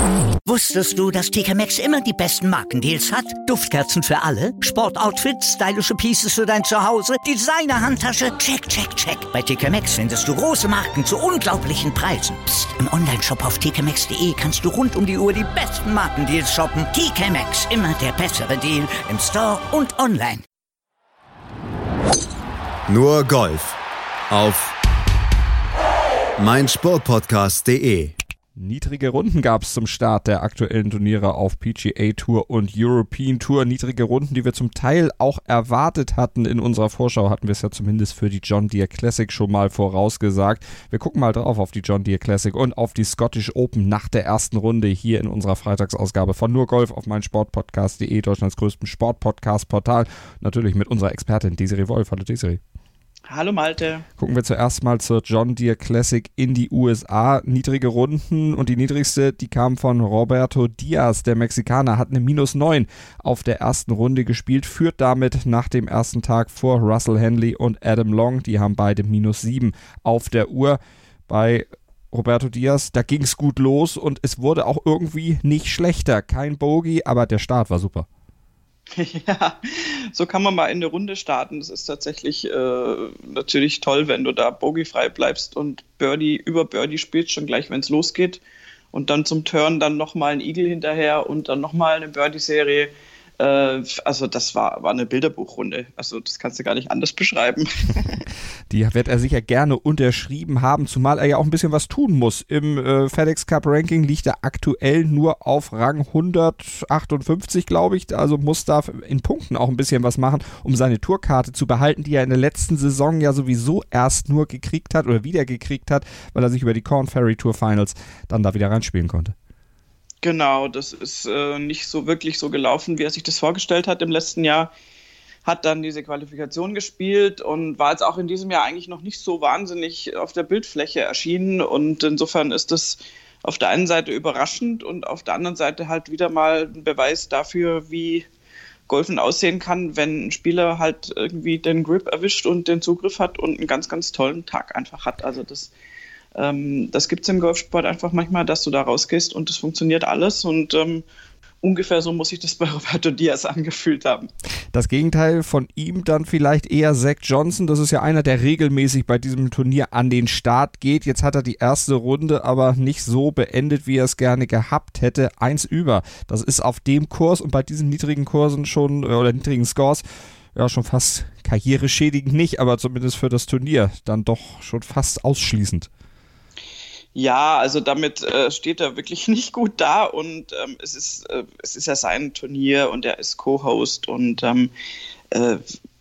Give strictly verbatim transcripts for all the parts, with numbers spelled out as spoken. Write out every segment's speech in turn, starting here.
Wusstest du, dass T K Maxx immer die besten Markendeals hat? Duftkerzen für alle, Sportoutfits, stylische Pieces für dein Zuhause, Designer-Handtasche, check, check, check. Bei T K Maxx findest du große Marken zu unglaublichen Preisen. Psst. Im Onlineshop auf t k maxx punkt d e kannst du rund um die Uhr die besten Markendeals shoppen. T K Maxx, immer der bessere Deal im Store und online. Nur Golf auf meinsportpodcast punkt de. Niedrige Runden gab es zum Start der aktuellen Turniere auf P G A Tour und European Tour. Niedrige Runden, die wir zum Teil auch erwartet hatten. In unserer Vorschau hatten wir es ja zumindest für die John Deere Classic schon mal vorausgesagt. Wir gucken mal drauf auf die John Deere Classic und auf die Scottish Open nach der ersten Runde hier in unserer Freitagsausgabe von Nur Golf auf meinsportpodcast punkt de, Deutschlands größtem Sportpodcast-Portal. Natürlich mit unserer Expertin Desiree Wolf. Hallo Desiree. Hallo Malte. Gucken wir zuerst mal zur John Deere Classic in die U S A. Niedrige Runden und die niedrigste, die kam von Roberto Diaz. Der Mexikaner hat eine minus neun auf der ersten Runde gespielt, führt damit nach dem ersten Tag vor Russell Henley und Adam Long. Die haben beide minus sieben auf der Uhr. Bei Roberto Diaz, da ging es gut los und es wurde auch irgendwie nicht schlechter. Kein Bogey, aber der Start war super. Ja, so kann man mal in eine Runde starten. Das ist tatsächlich äh, natürlich toll, wenn du da bogiefrei bleibst und Birdie über Birdie spielst, schon gleich, wenn es losgeht. Und dann zum Turn dann nochmal ein Eagle hinterher und dann nochmal eine Birdie-Serie. Äh, also das war, war eine Bilderbuchrunde. Also das kannst du gar nicht anders beschreiben. Die wird er sicher gerne unterschrieben haben, zumal er ja auch ein bisschen was tun muss. Im äh, FedEx Cup Ranking liegt er aktuell nur auf Rang hundertachtundfünfzig, glaube ich. Also muss da in Punkten auch ein bisschen was machen, um seine Tourkarte zu behalten, die er in der letzten Saison ja sowieso erst nur gekriegt hat oder wieder gekriegt hat, weil er sich über die Korn Ferry Tour Finals dann da wieder reinspielen konnte. Genau, das ist äh, nicht so wirklich so gelaufen, wie er sich das vorgestellt hat im letzten Jahr. Hat dann diese Qualifikation gespielt und war jetzt auch in diesem Jahr eigentlich noch nicht so wahnsinnig auf der Bildfläche erschienen. Und insofern ist das auf der einen Seite überraschend und auf der anderen Seite halt wieder mal ein Beweis dafür, wie Golfen aussehen kann, wenn ein Spieler halt irgendwie den Grip erwischt und den Zugriff hat und einen ganz, ganz tollen Tag einfach hat. Also das Ähm, das gibt es im Golfsport einfach manchmal, dass du da rausgehst und es funktioniert alles und ähm, ungefähr so muss sich das bei Roberto Diaz angefühlt haben. Das Gegenteil von ihm dann vielleicht eher Zach Johnson. Das ist ja einer, der regelmäßig bei diesem Turnier an den Start geht. Jetzt hat er die erste Runde aber nicht so beendet, wie er es gerne gehabt hätte. Eins über. Das ist auf dem Kurs und bei diesen niedrigen Kursen schon, oder niedrigen Scores, ja schon fast karriereschädigend nicht, aber zumindest für das Turnier dann doch schon fast ausschließend. Ja, also damit äh, steht er wirklich nicht gut da und ähm, es ist äh, es ist ja sein Turnier und er ist Co-Host und ähm, äh,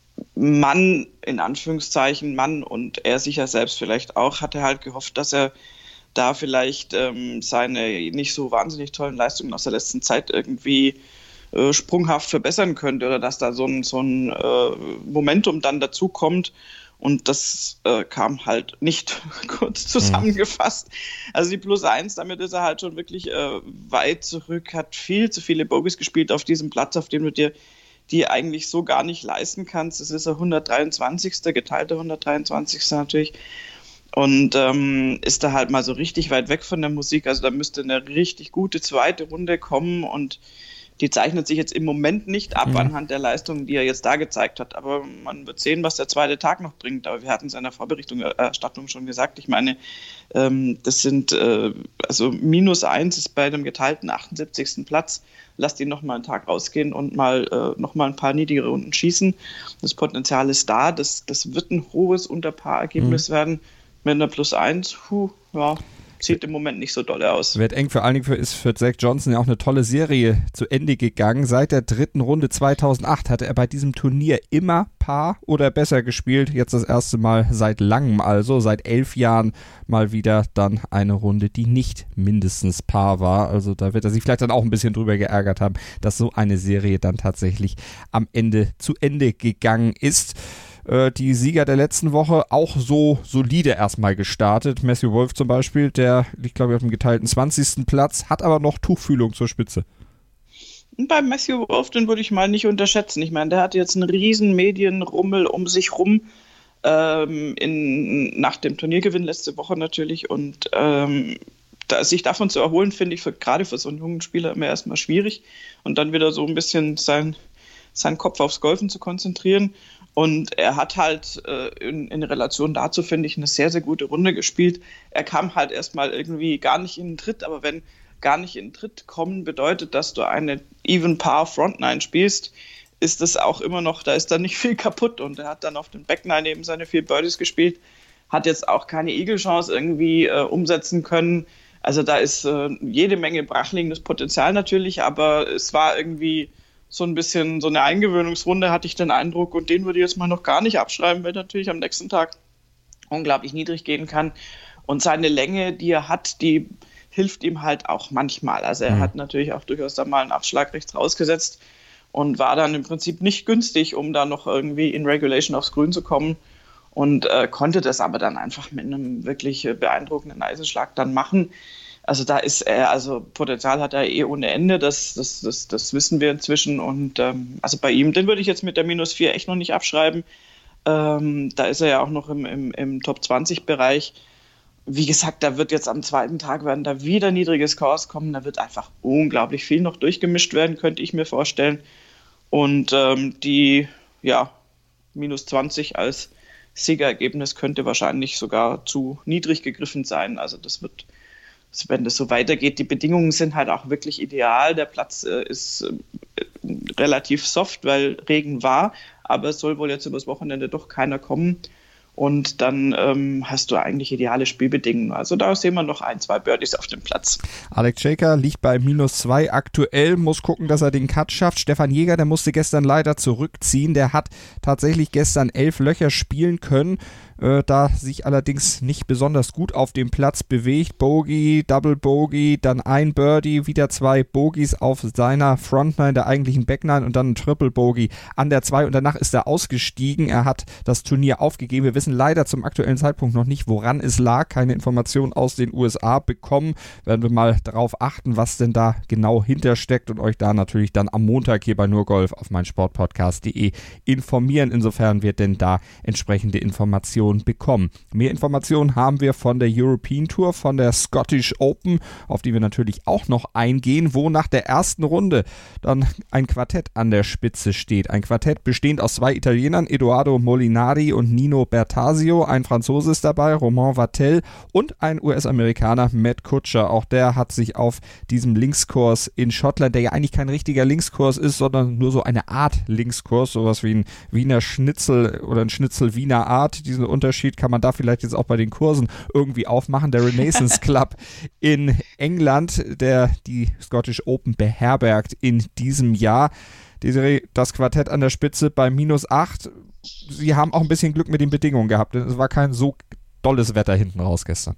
Mann, in Anführungszeichen Mann und er sicher selbst vielleicht auch, hat er halt gehofft, dass er da vielleicht ähm, seine nicht so wahnsinnig tollen Leistungen aus der letzten Zeit irgendwie äh, sprunghaft verbessern könnte oder dass da so ein, so ein äh, Momentum dann dazu kommt. Und das äh, kam halt nicht, kurz zusammengefasst. Also die Plus eins, damit ist er halt schon wirklich äh, weit zurück, hat viel zu viele Bogies gespielt auf diesem Platz, auf dem du dir die eigentlich so gar nicht leisten kannst. Das ist er hundertdreiundzwanzigste geteilter hundertdreiundzwanzigste natürlich. Und ähm, ist da halt mal so richtig weit weg von der Musik. Also da müsste eine richtig gute zweite Runde kommen und die zeichnet sich jetzt im Moment nicht ab mhm. anhand der Leistungen, die er jetzt da gezeigt hat. Aber man wird sehen, was der zweite Tag noch bringt. Aber wir hatten es in der Vorberichterstattung schon gesagt. Ich meine, ähm, das sind, äh, also minus eins ist bei einem geteilten achtundsiebzigsten Platz. Lass die noch mal einen Tag rausgehen und mal äh, noch mal ein paar niedrige Runden schießen. Das Potenzial ist da. Das, das wird ein hohes Unterpaarergebnis mhm. werden. Mit einer Plus eins, puh, ja. Sieht im Moment nicht so doll aus. Wird eng, vor allen Dingen für, ist für Zach Johnson ja auch eine tolle Serie zu Ende gegangen. Seit der dritten Runde zweitausendacht hatte er bei diesem Turnier immer Paar oder besser gespielt. Jetzt das erste Mal seit langem, also seit elf Jahren mal wieder dann eine Runde, die nicht mindestens Paar war. Also da wird er sich vielleicht dann auch ein bisschen drüber geärgert haben, dass so eine Serie dann tatsächlich am Ende zu Ende gegangen ist. Die Sieger der letzten Woche auch so solide erstmal gestartet. Matthew Wolff zum Beispiel, der liegt glaube ich auf dem geteilten zwanzigsten Platz, hat aber noch Tuchfühlung zur Spitze. Und bei Matthew Wolff, den würde ich mal nicht unterschätzen. Ich meine, der hat jetzt einen riesen Medienrummel um sich rum, ähm, in, nach dem Turniergewinn letzte Woche natürlich und ähm, da, sich davon zu erholen, finde ich für, gerade für so einen jungen Spieler immer erstmal schwierig und dann wieder so ein bisschen sein, seinen Kopf aufs Golfen zu konzentrieren. Und er hat halt äh, in, in Relation dazu, finde ich, eine sehr, sehr gute Runde gespielt. Er kam halt erstmal irgendwie gar nicht in den Tritt, aber wenn gar nicht in den Tritt kommen bedeutet, dass du eine Even Par Front Nine spielst, ist das auch immer noch, da ist dann nicht viel kaputt. Und er hat dann auf den Back Nine eben seine vier Birdies gespielt, hat jetzt auch keine Eagle-Chance irgendwie äh, umsetzen können. Also da ist äh, jede Menge brachliegendes Potenzial natürlich, aber es war irgendwie so ein bisschen so eine Eingewöhnungsrunde, hatte ich den Eindruck, und den würde ich jetzt mal noch gar nicht abschreiben, weil natürlich am nächsten Tag unglaublich niedrig gehen kann. Und seine Länge, die er hat, die hilft ihm halt auch manchmal. Also er mhm. hat natürlich auch durchaus da mal einen Abschlag rechts rausgesetzt und war dann im Prinzip nicht günstig, um da noch irgendwie in Regulation aufs Grün zu kommen, und äh, konnte das aber dann einfach mit einem wirklich beeindruckenden Eisenschlag dann machen. Also da ist er, also Potenzial hat er eh ohne Ende, das, das, das, das wissen wir inzwischen. Und ähm, also bei ihm, den würde ich jetzt mit der minus vier echt noch nicht abschreiben. Ähm, da ist er ja auch noch im, im, im Top zwanzig Bereich. Wie gesagt, da wird jetzt am zweiten Tag werden da wieder niedrige Scores kommen. Da wird einfach unglaublich viel noch durchgemischt werden, könnte ich mir vorstellen. Und ähm, die, ja, minus zwanzig als Siegerergebnis könnte wahrscheinlich sogar zu niedrig gegriffen sein. Also das wird, wenn das so weitergeht, die Bedingungen sind halt auch wirklich ideal. Der Platz äh, ist äh, relativ soft, weil Regen war, aber es soll wohl jetzt übers Wochenende doch keiner kommen. Und dann ähm, hast du eigentlich ideale Spielbedingungen. Also da sehen wir noch ein, zwei Birdies auf dem Platz. Alex Schäker liegt bei minus zwei aktuell, muss gucken, dass er den Cut schafft. Stefan Jäger, der musste gestern leider zurückziehen. Der hat tatsächlich gestern elf Löcher spielen können, äh, da sich allerdings nicht besonders gut auf dem Platz bewegt. Bogey, Double Bogey, dann ein Birdie, wieder zwei Bogies auf seiner Frontline, der eigentlichen Backline, und dann ein Triple Bogey an der zwei, und danach ist er ausgestiegen. Er hat das Turnier aufgegeben. Wir wissen leider zum aktuellen Zeitpunkt noch nicht, woran es lag. Keine Informationen aus den U S A bekommen. Werden wir mal darauf achten, was denn da genau hintersteckt, und euch da natürlich dann am Montag hier bei Nur Golf auf meinsportpodcast punkt de informieren. Insofern wird denn da entsprechende Informationen bekommen. Mehr Informationen haben wir von der European Tour, von der Scottish Open, auf die wir natürlich auch noch eingehen, wo nach der ersten Runde dann ein Quartett an der Spitze steht. Ein Quartett bestehend aus zwei Italienern, Edoardo Molinari und Nino Bertasio. Ein Franzose ist dabei, Romain Vatel, und ein U S-Amerikaner, Matt Kutscher. Auch der hat sich auf diesem Linkskurs in Schottland, der ja eigentlich kein richtiger Linkskurs ist, sondern nur so eine Art Linkskurs, sowas wie ein Wiener Schnitzel oder ein Schnitzel Wiener Art. Diesen Unterschied kann man da vielleicht jetzt auch bei den Kursen irgendwie aufmachen. Der Renaissance Club in England, der die Scottish Open beherbergt in diesem Jahr. Das Quartett an der Spitze bei minus acht. Sie haben auch ein bisschen Glück mit den Bedingungen gehabt, denn es war kein so dolles Wetter hinten raus gestern.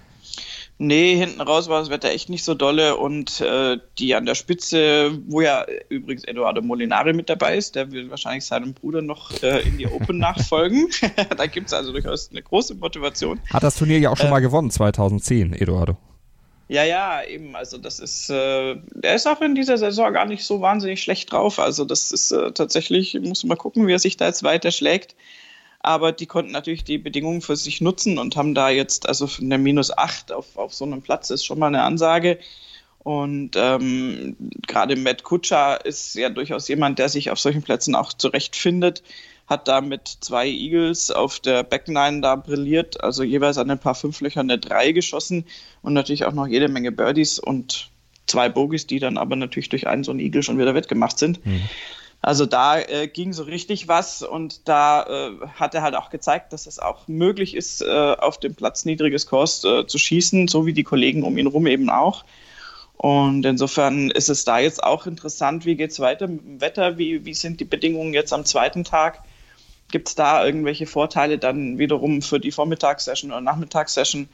Nee, hinten raus war das Wetter echt nicht so dolle, und äh, die an der Spitze, wo ja übrigens Edoardo Molinari mit dabei ist, der will wahrscheinlich seinem Bruder noch äh, in die Open nachfolgen. Da gibt es also durchaus eine große Motivation. Hat das Turnier ja auch schon äh, mal gewonnen, zweitausendzehn, Edoardo. Ja, ja, eben, also das ist, äh, der ist auch in dieser Saison gar nicht so wahnsinnig schlecht drauf, also das ist äh, tatsächlich, muss man mal gucken, wie er sich da jetzt weiter schlägt, aber die konnten natürlich die Bedingungen für sich nutzen und haben da jetzt, also von der minus acht auf, auf so einem Platz ist schon mal eine Ansage, und ähm, gerade Matt Kutscher ist ja durchaus jemand, der sich auf solchen Plätzen auch zurechtfindet, hat da mit zwei Eagles auf der Backline da brilliert, also jeweils an ein paar Fünflöcher eine drei geschossen und natürlich auch noch jede Menge Birdies und zwei Bogies, die dann aber natürlich durch einen so einen Eagle schon wieder wettgemacht sind. Mhm. Also da äh, ging so richtig was, und da äh, hat er halt auch gezeigt, dass es auch möglich ist, äh, auf dem Platz niedrige Scores äh, zu schießen, so wie die Kollegen um ihn rum eben auch. Und insofern ist es da jetzt auch interessant, wie geht es weiter mit dem Wetter, wie, wie sind die Bedingungen jetzt am zweiten Tag? Gibt es da irgendwelche Vorteile dann wiederum für die Vormittagssession oder Nachmittagssession?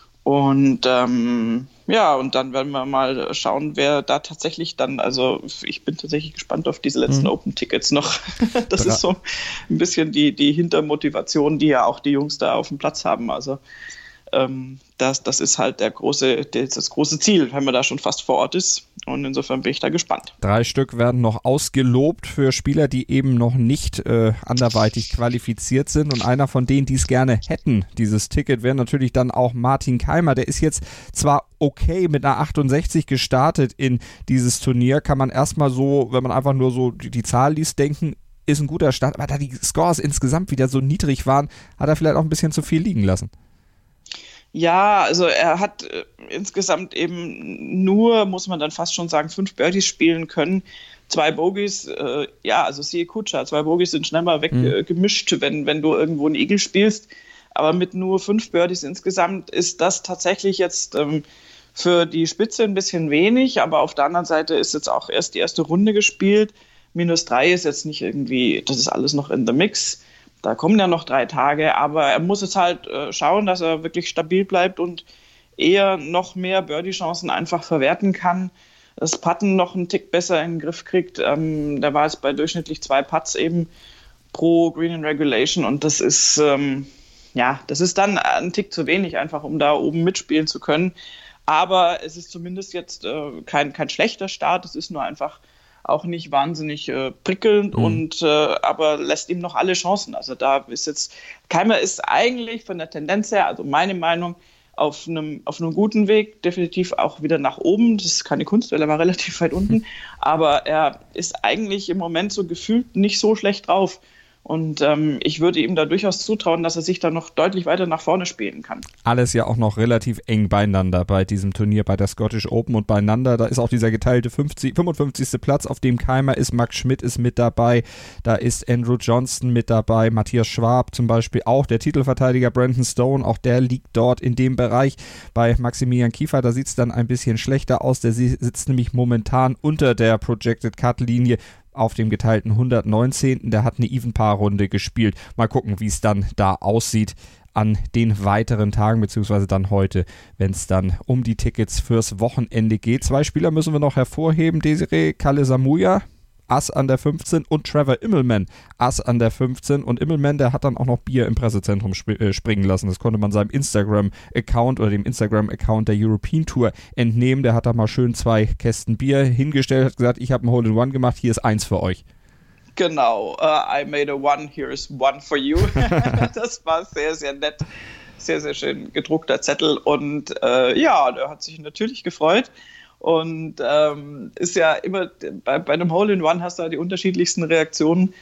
Und ähm, ja, und dann werden wir mal schauen, wer da tatsächlich dann, also ich bin tatsächlich gespannt auf diese letzten mhm. Open-Tickets noch. Das Dra- ist so ein bisschen die, die Hintermotivation, die ja auch die Jungs da auf dem Platz haben. Also ähm, das, das ist halt der große, das große Ziel, wenn man da schon fast vor Ort ist. Und insofern bin ich da gespannt. Drei Stück werden noch ausgelobt für Spieler, die eben noch nicht äh, anderweitig qualifiziert sind. Und einer von denen, die es gerne hätten, dieses Ticket, wäre natürlich dann auch Martin Keimer. Der ist jetzt zwar okay mit einer achtundsechzig gestartet in dieses Turnier. Kann man erstmal so, wenn man einfach nur so die, die Zahl liest, denken, ist ein guter Start. Aber da die Scores insgesamt wieder so niedrig waren, hat er vielleicht auch ein bisschen zu viel liegen lassen. Ja, also er hat äh, insgesamt eben nur, muss man dann fast schon sagen, fünf Birdies spielen können. Zwei Bogies, äh, ja, also siehe Kutscher, zwei Bogies sind schnell mal weggemischt, mhm. äh, wenn, wenn du irgendwo einen Eagle spielst. Aber mit nur fünf Birdies insgesamt ist das tatsächlich jetzt ähm, für die Spitze ein bisschen wenig. Aber auf der anderen Seite ist jetzt auch erst die erste Runde gespielt. Minus drei ist jetzt nicht irgendwie, das ist alles noch in the mix. Da kommen ja noch drei Tage, aber er muss jetzt halt äh, schauen, dass er wirklich stabil bleibt und eher noch mehr Birdie-Chancen einfach verwerten kann. Das Putten noch einen Tick besser in den Griff kriegt. Ähm, da war es bei durchschnittlich zwei Putts eben pro Green in Regulation und das ist, ähm, ja, das ist dann ein Tick zu wenig einfach, um da oben mitspielen zu können. Aber es ist zumindest jetzt äh, kein, kein schlechter Start, es ist nur einfach auch nicht wahnsinnig äh, prickelnd, mhm. und äh, aber lässt ihm noch alle Chancen. Also da ist jetzt, Keimer ist eigentlich von der Tendenz her, also meine Meinung, auf einem, auf einem guten Weg, definitiv auch wieder nach oben. Das ist keine Kunst, weil er war relativ weit unten, aber er ist eigentlich im Moment so gefühlt nicht so schlecht drauf. Und ähm, ich würde ihm da durchaus zutrauen, dass er sich da noch deutlich weiter nach vorne spielen kann. Alles ja auch noch relativ eng beieinander bei diesem Turnier, bei der Scottish Open und beieinander. Da ist auch dieser geteilte fünfzig, fünfundfünfzigste Platz, auf dem Keimer ist. Max Schmidt ist mit dabei. Da ist Andrew Johnston mit dabei. Matthias Schwab zum Beispiel auch. Der Titelverteidiger Brandon Stone, auch der liegt dort in dem Bereich. Bei Maximilian Kiefer, da sieht es dann ein bisschen schlechter aus. Der sitzt nämlich momentan unter der Projected Cut-Linie auf dem geteilten hundertneunzehnten Der hat eine Even-Par-Runde gespielt. Mal gucken, wie es dann da aussieht an den weiteren Tagen, beziehungsweise dann heute, wenn es dann um die Tickets fürs Wochenende geht. Zwei Spieler müssen wir noch hervorheben. Desiree Kalesamuya, Ass an der fünfzehn, und Trevor Immelman, Ass an der fünfzehn. Und Immelman, der hat dann auch noch Bier im Pressezentrum sp- äh, springen lassen. Das konnte man seinem Instagram-Account oder dem Instagram-Account der European Tour entnehmen. Der hat da mal schön zwei Kästen Bier hingestellt, hat gesagt, ich habe ein Hole-in-One gemacht, hier ist eins für euch. Genau, uh, I made a one, here is one for you. Das war sehr, sehr nett. Sehr, sehr schön gedruckter Zettel. Und äh, ja, der hat sich natürlich gefreut. Und ähm, ist ja immer, bei, bei einem Hole-in-One hast du ja die unterschiedlichsten Reaktionen.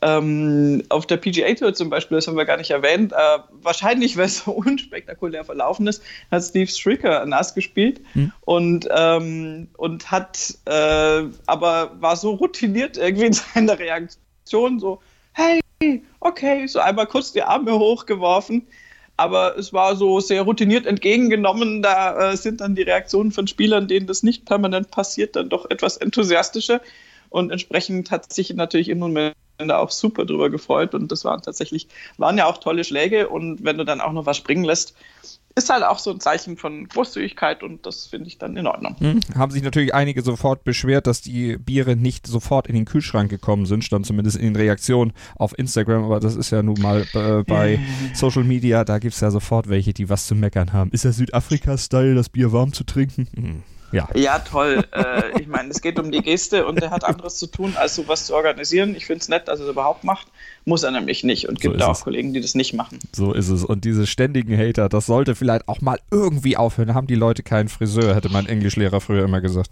Ähm, auf der P G A Tour zum Beispiel, das haben wir gar nicht erwähnt, äh, wahrscheinlich, weil es so unspektakulär verlaufen ist, hat Steve Stricker nass gespielt, hm. und, ähm, und hat, äh, aber war so routiniert irgendwie in seiner Reaktion, so, hey, okay, so einmal kurz die Arme hochgeworfen. Aber es war so sehr routiniert entgegengenommen. Da äh, sind dann die Reaktionen von Spielern, denen das nicht permanent passiert, dann doch etwas enthusiastischer. Und entsprechend hat sich natürlich im Moment auch super drüber gefreut. Und das waren tatsächlich, waren ja auch tolle Schläge. Und wenn du dann auch noch was springen lässt, ist halt auch so ein Zeichen von Großzügigkeit, und das finde ich dann in Ordnung. Hm. Haben sich natürlich einige sofort beschwert, dass die Biere nicht sofort in den Kühlschrank gekommen sind, stand zumindest in den Reaktionen auf Instagram, aber das ist ja nun mal äh, bei Social Media, da gibt es ja sofort welche, die was zu meckern haben. Ist ja Südafrika-Style, das Bier warm zu trinken? Hm. Ja. Ja, toll. äh, ich meine, es geht um die Geste, und er hat anderes zu tun, als sowas zu organisieren. Ich finde es nett, dass er es überhaupt macht. Muss er nämlich nicht, und gibt so da auch es. Kollegen, die das nicht machen. So ist es. Und diese ständigen Hater, das sollte vielleicht auch mal irgendwie aufhören. Da haben die Leute keinen Friseur, hätte mein Englischlehrer früher immer gesagt.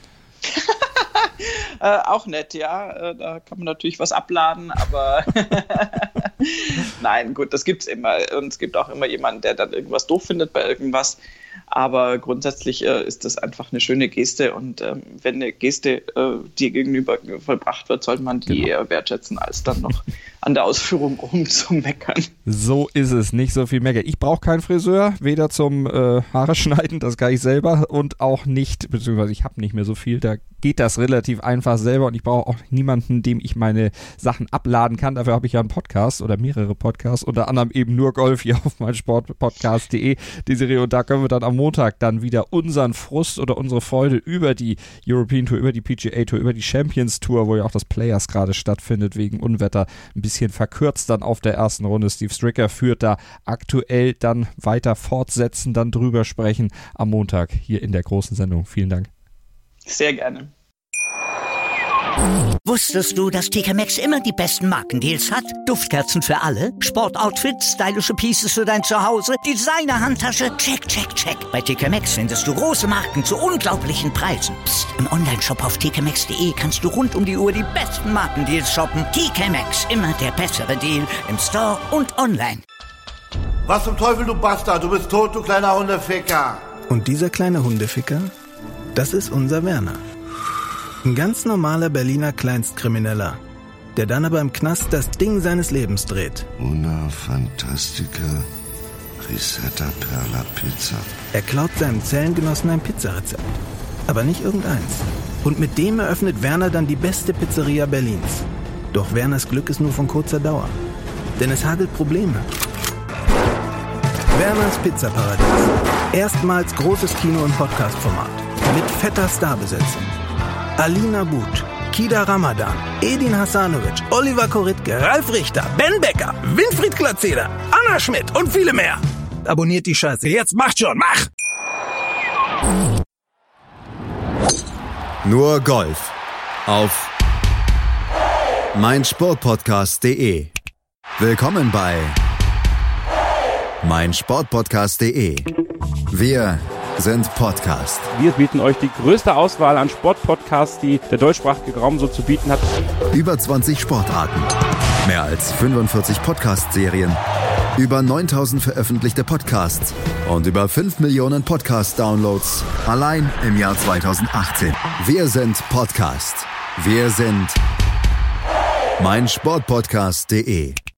äh, auch nett, ja. Äh, da kann man natürlich was abladen, aber nein, gut, das gibt es immer. Und es gibt auch immer jemanden, der dann irgendwas doof findet bei irgendwas. Aber grundsätzlich äh, ist das einfach eine schöne Geste, und ähm, wenn eine Geste äh, dir gegenüber vollbracht wird, sollte man die genau. eher wertschätzen, als dann noch an der Ausführung rumzumeckern. So ist es, nicht so viel meckern. Ich brauche keinen Friseur, weder zum äh, Haare schneiden, das kann ich selber, und auch nicht, beziehungsweise ich habe nicht mehr so viel, da geht das relativ einfach selber, und ich brauche auch niemanden, dem ich meine Sachen abladen kann. Dafür habe ich ja einen Podcast oder mehrere Podcasts, unter anderem eben nur Golf hier auf meinsportpodcast punkt de, Desiree, und da können wir dann am Montag dann wieder unseren Frust oder unsere Freude über die European Tour, über die P G A Tour, über die Champions Tour, wo ja auch das Players gerade stattfindet wegen Unwetter, ein bisschen verkürzt dann auf der ersten Runde. Steve Stricker führt da aktuell, dann weiter fortsetzen, dann drüber sprechen am Montag hier in der großen Sendung. Vielen Dank. Sehr gerne. Wusstest du, dass T K Maxx immer die besten Markendeals hat? Duftkerzen für alle, Sportoutfits, stylische Pieces für dein Zuhause, Designer-Handtasche, check, check, check. Bei T K Maxx findest du große Marken zu unglaublichen Preisen. Psst. Im Onlineshop auf t k maxx punkt d e kannst du rund um die Uhr die besten Markendeals shoppen. T K Maxx, immer der bessere Deal im Store und online. Was zum Teufel, du Bastard? Du bist tot, du kleiner Hundeficker. Und dieser kleine Hundeficker, das ist unser Werner. Ein ganz normaler Berliner Kleinstkrimineller, der dann aber im Knast das Ding seines Lebens dreht. Una Fantastica Risetta Perla Pizza. Er klaut seinem Zellengenossen ein Pizzarezept, aber nicht irgendeins. Und mit dem eröffnet Werner dann die beste Pizzeria Berlins. Doch Werners Glück ist nur von kurzer Dauer, denn es hagelt Probleme. Werners Pizzaparadies. Erstmals großes Kino- und Podcast-Format. Mit fetter Starbesetzung. Alina But, Kida Ramadan, Edin Hasanovic, Oliver Koritke, Ralf Richter, Ben Becker, Winfried Glatzeder, Anna Schmidt und viele mehr. Abonniert die Scheiße. Jetzt macht schon, mach! Nur Golf auf meinsportpodcast punkt de. Willkommen bei meinsportpodcast punkt de. Wir sind Podcast. Wir bieten euch die größte Auswahl an Sportpodcasts, die der deutschsprachige Raum so zu bieten hat. Über zwanzig Sportarten, mehr als fünfundvierzig Podcast-Serien, über neuntausend veröffentlichte Podcasts und über fünf Millionen Podcast-Downloads allein im Jahr zweitausendachtzehn. Wir sind Podcast. Wir sind meinsportpodcast punkt de.